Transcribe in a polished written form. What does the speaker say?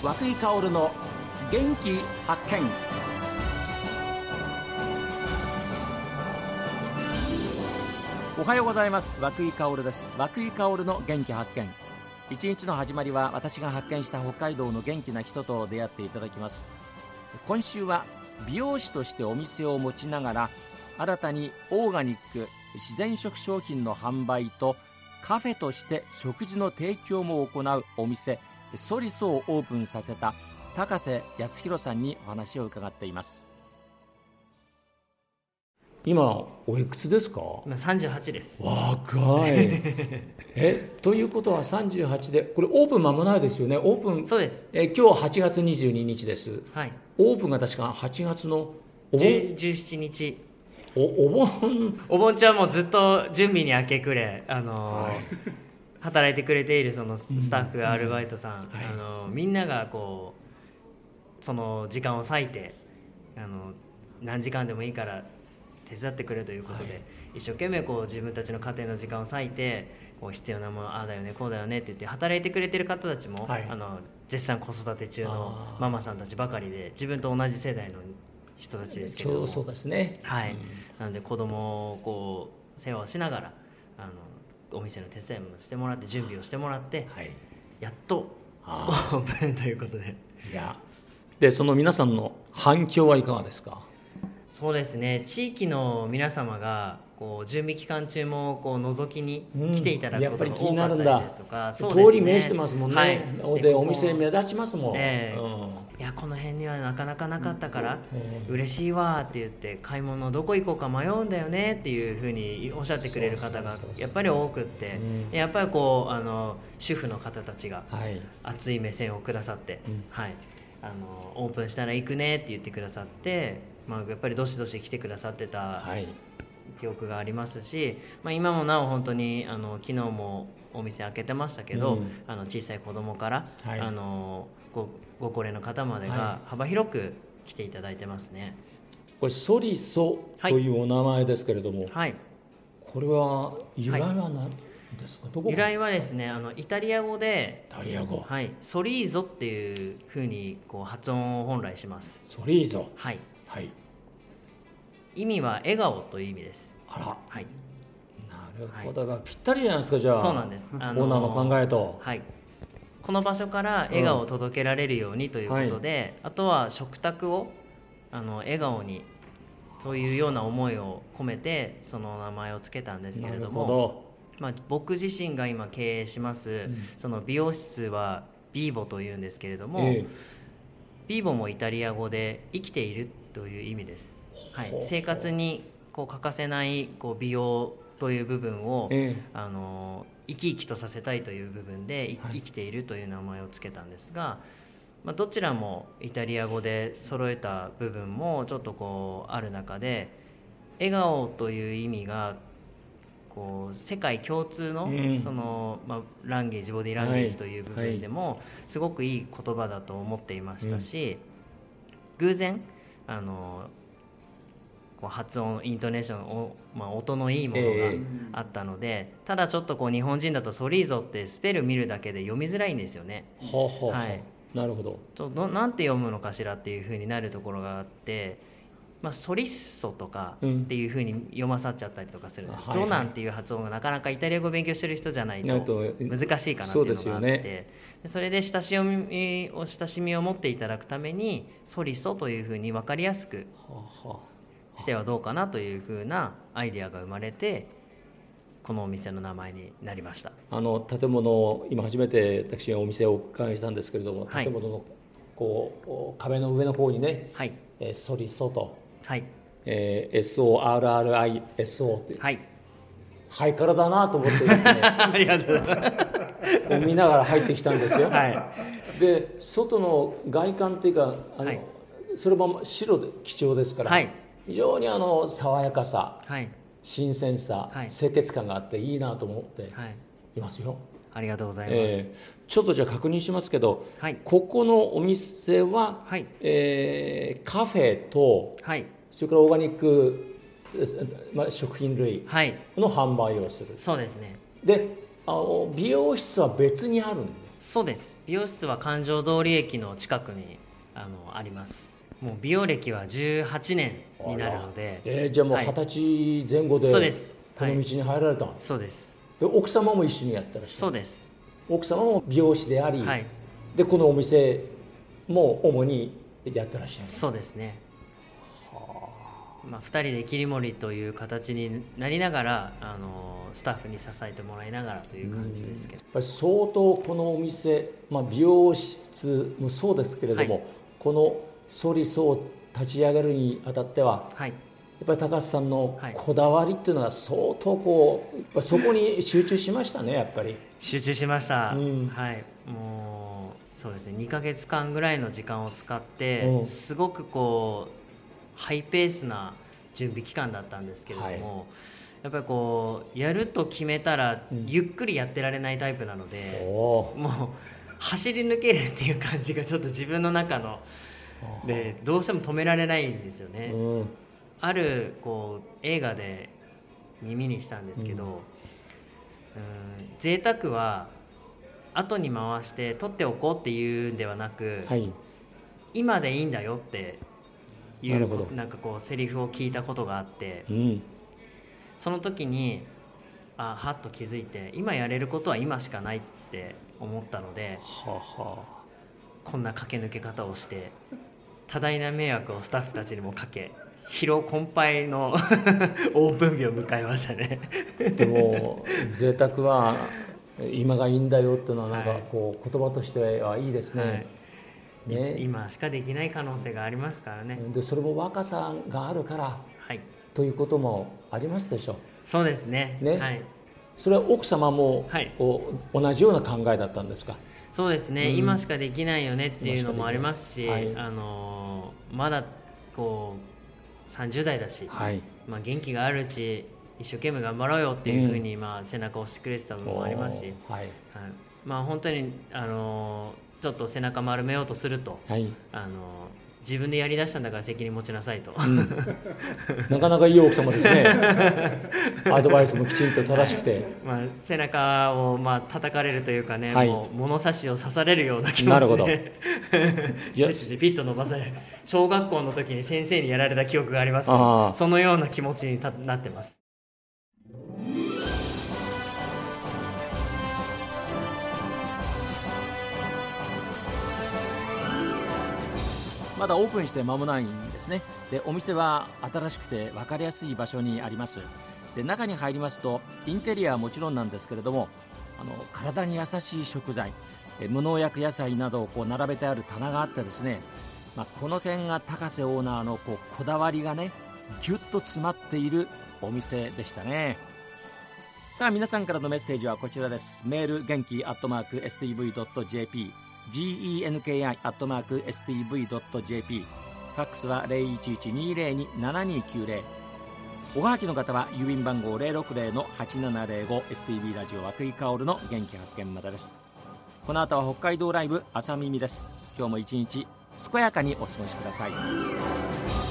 涌井薫の元気発見。おはようございます。涌井薫です。涌井薫の元気発見。一日の始まりは私が発見した北海道の元気な人と出会っていただきます。今週は美容師としてお店を持ちながら新たにオーガニック自然食商品の販売とカフェとして食事の提供も行うお店ソリソをオープンさせた高瀬康弘さんにお話を伺っています。今おいくつですか？ 今38です。 若いということは38で、これオープン間もないですよね。オープン、 そうです。 今日8月22日です、 はい、 オープンが確か8月の 17日。 お盆中はもうずっと準備に明け暮れ、働いてくれているそのスタッフ、アルバイトさん、みんながこうその時間を割いて何時間でもいいから手伝ってくれということで、一生懸命こう自分たちの家庭の時間を割いてこう必要なもの、ああだよねこうだよねって言って働いてくれてる方たちも、絶賛子育て中のママさんたちばかりで、自分と同じ世代の人たちですけども、 ちょうどそうですね。 なので子供をこう世話をしながらお店の手伝いもしてもらって、準備をしてもらって、やっとオープンということで。 でその皆さんの反響はいかがですか？ そうですね、地域の皆様がこう準備期間中もこう覗きに来ていただくことが多かったりですとか、 通り名してますもんね、でお店目立ちますもん、 いやこの辺にはなかなかなかったから嬉しいわって言って、買い物どこ行こうか迷うんだよねっていうふうにおっしゃってくれる方がやっぱり多くって、やっぱりこう主婦の方たちが熱い目線をくださって、オープンしたら行くねって言ってくださって、やっぱりどしどし来てくださってた記憶がありますし、今もなお本当に昨日もお店開けてましたけど、小さい子供から、ご高齢の方までが幅広く来ていただいてますね。 これソリソというお名前ですけれども、これは由来は何ですか？ 由来はですね、イタリア語でソリーゾっていうふうにこう発音を本来します。 ソリーゾ、 意味は笑顔という意味です。 なるほど、ぴったりじゃないですか。じゃあそうなんです。 オーナーの考えと、 この場所から笑顔を届けられるようにということで、あとは食卓を笑顔に、そういうような思いを込めてその名前をつけたんですけれども、僕自身が今経営します、その美容室はビーボというんですけれども、ビーボもイタリア語で生きているという意味です。生活にこう欠かせないこう美容という部分を、生き生きとさせたいという部分で、生きているという名前をつけたんですが、どちらもイタリア語で揃えた部分もちょっとこうある中で、笑顔という意味がこう世界共通の、そのランゲージ、ボディランゲージという部分でもすごくいい言葉だと思っていましたし、偶然こう発音、イントネーションを、音のいいものがあったので、ただちょっとこう日本人だとソリーゾってスペル見るだけで読みづらいんですよね。なるほど。なんて読むのかしらっていう風になるところがあって、ソリッソとかっていう風に読まさっちゃったりとかする、ゾなんていう発音がなかなかイタリア語を勉強してる人じゃないと難しいかなっていうのがあって、それで親しみを持っていただくためにソリソという風に分かりやすくしてはどうかなという風なアイデアが生まれて、このお店の名前になりました。 建物、今初めて私がお店をお伺いしたんですけれども、建物のこう壁の上の方にね、ソリソと、SORRISO って、ハイカラだなと思ってですねありがとうございます見ながら入ってきたんですよ、で外の外観っていうかそれも白で基調ですから、非常に爽やかさ、新鮮さ、清潔感があっていいなと思っていますよ。 ありがとうございます。 ちょっとじゃあ確認しますけど、ここのお店は、カフェと、それからオーガニック、食品類の販売をする。 そうですね。 で美容室は別にあるんですか？ そうです。美容室は環状通り駅の近くにあります。もう美容歴は18年になるので、 じゃあもう20歳前後で、 そうです。 この道に入られたんです、 そうです。 で奥様も一緒にやってらっしゃる？ そうです。 奥様も美容師であり、でこのお店も主にやってらっしゃる？ そうですね。2人で切り盛りという形になりながらスタッフに支えてもらいながらという感じですけど、 やっぱり相当このお店、美容室もそうですけれども、このソリソを立ち上げるにあたっては、やっぱり高橋さんのこだわりっていうのが相当やっぱそこに集中しましたね。やっぱり集中しました、もうそうですね、2ヶ月間ぐらいの時間を使って、すごくハイペースな準備期間だったんですけれども、やっぱりやると決めたらゆっくりやってられないタイプなので、もう走り抜けるっていう感じがちょっと自分の中のでどうしても止められないんですよね。ある映画で耳にしたんですけど、贅沢は後に回して取っておこうっていうんではなく、今でいいんだよっていうセリフを聞いたことがあって、その時にはっと気づいて、今やれることは今しかないって思ったので、こんな駆け抜け方をして多大な迷惑をスタッフたちにもかけ、疲労困憊のオープン日を迎えましたね。 でも贅沢は今がいいんだよっていうのは言葉としてはいいですね。 今しかできない可能性がありますからね。 でそれも若さがあるから、ということもありますでしょう。 そうですね。 それは奥様も、同じような考えだったんですか？ そうですね、今しかできないよねっていうのもありますし、まだ30代だし、元気があるうち一生懸命頑張ろうよっていうふうに背中を押してくれてた部分もありますし、本当にちょっと背中丸めようとすると、自分でやりだしたんだから責任持ちなさいと、 なかなかいい奥様ですね。アドバイスもきちんと正しくて、 背中を叩かれるというかね、もう物差しを刺されるような気持ちで背筋ピッと伸ばされる。小学校の時に先生にやられた記憶がありますけど、そのような気持ちになってます。 まだオープンして間もないんですね。でお店は新しくて分かりやすい場所にあります。で中に入りますとインテリアはもちろんなんですけれども、体に優しい食材、無農薬野菜などを並べてある棚があってですね、この点が高瀬オーナーのこだわりがねぎゅっと詰まっているお店でしたね。さあ皆さんからのメッセージはこちらです。メール元気@stv.jp、genki@stv.jp、 ファックスは 011-202-7290。 おはがきの方は郵便番号 060-8705 STV ラジオ和久井薫の元気発見までです。この後は北海道ライブ朝耳です。今日も一日健やかにお過ごしください。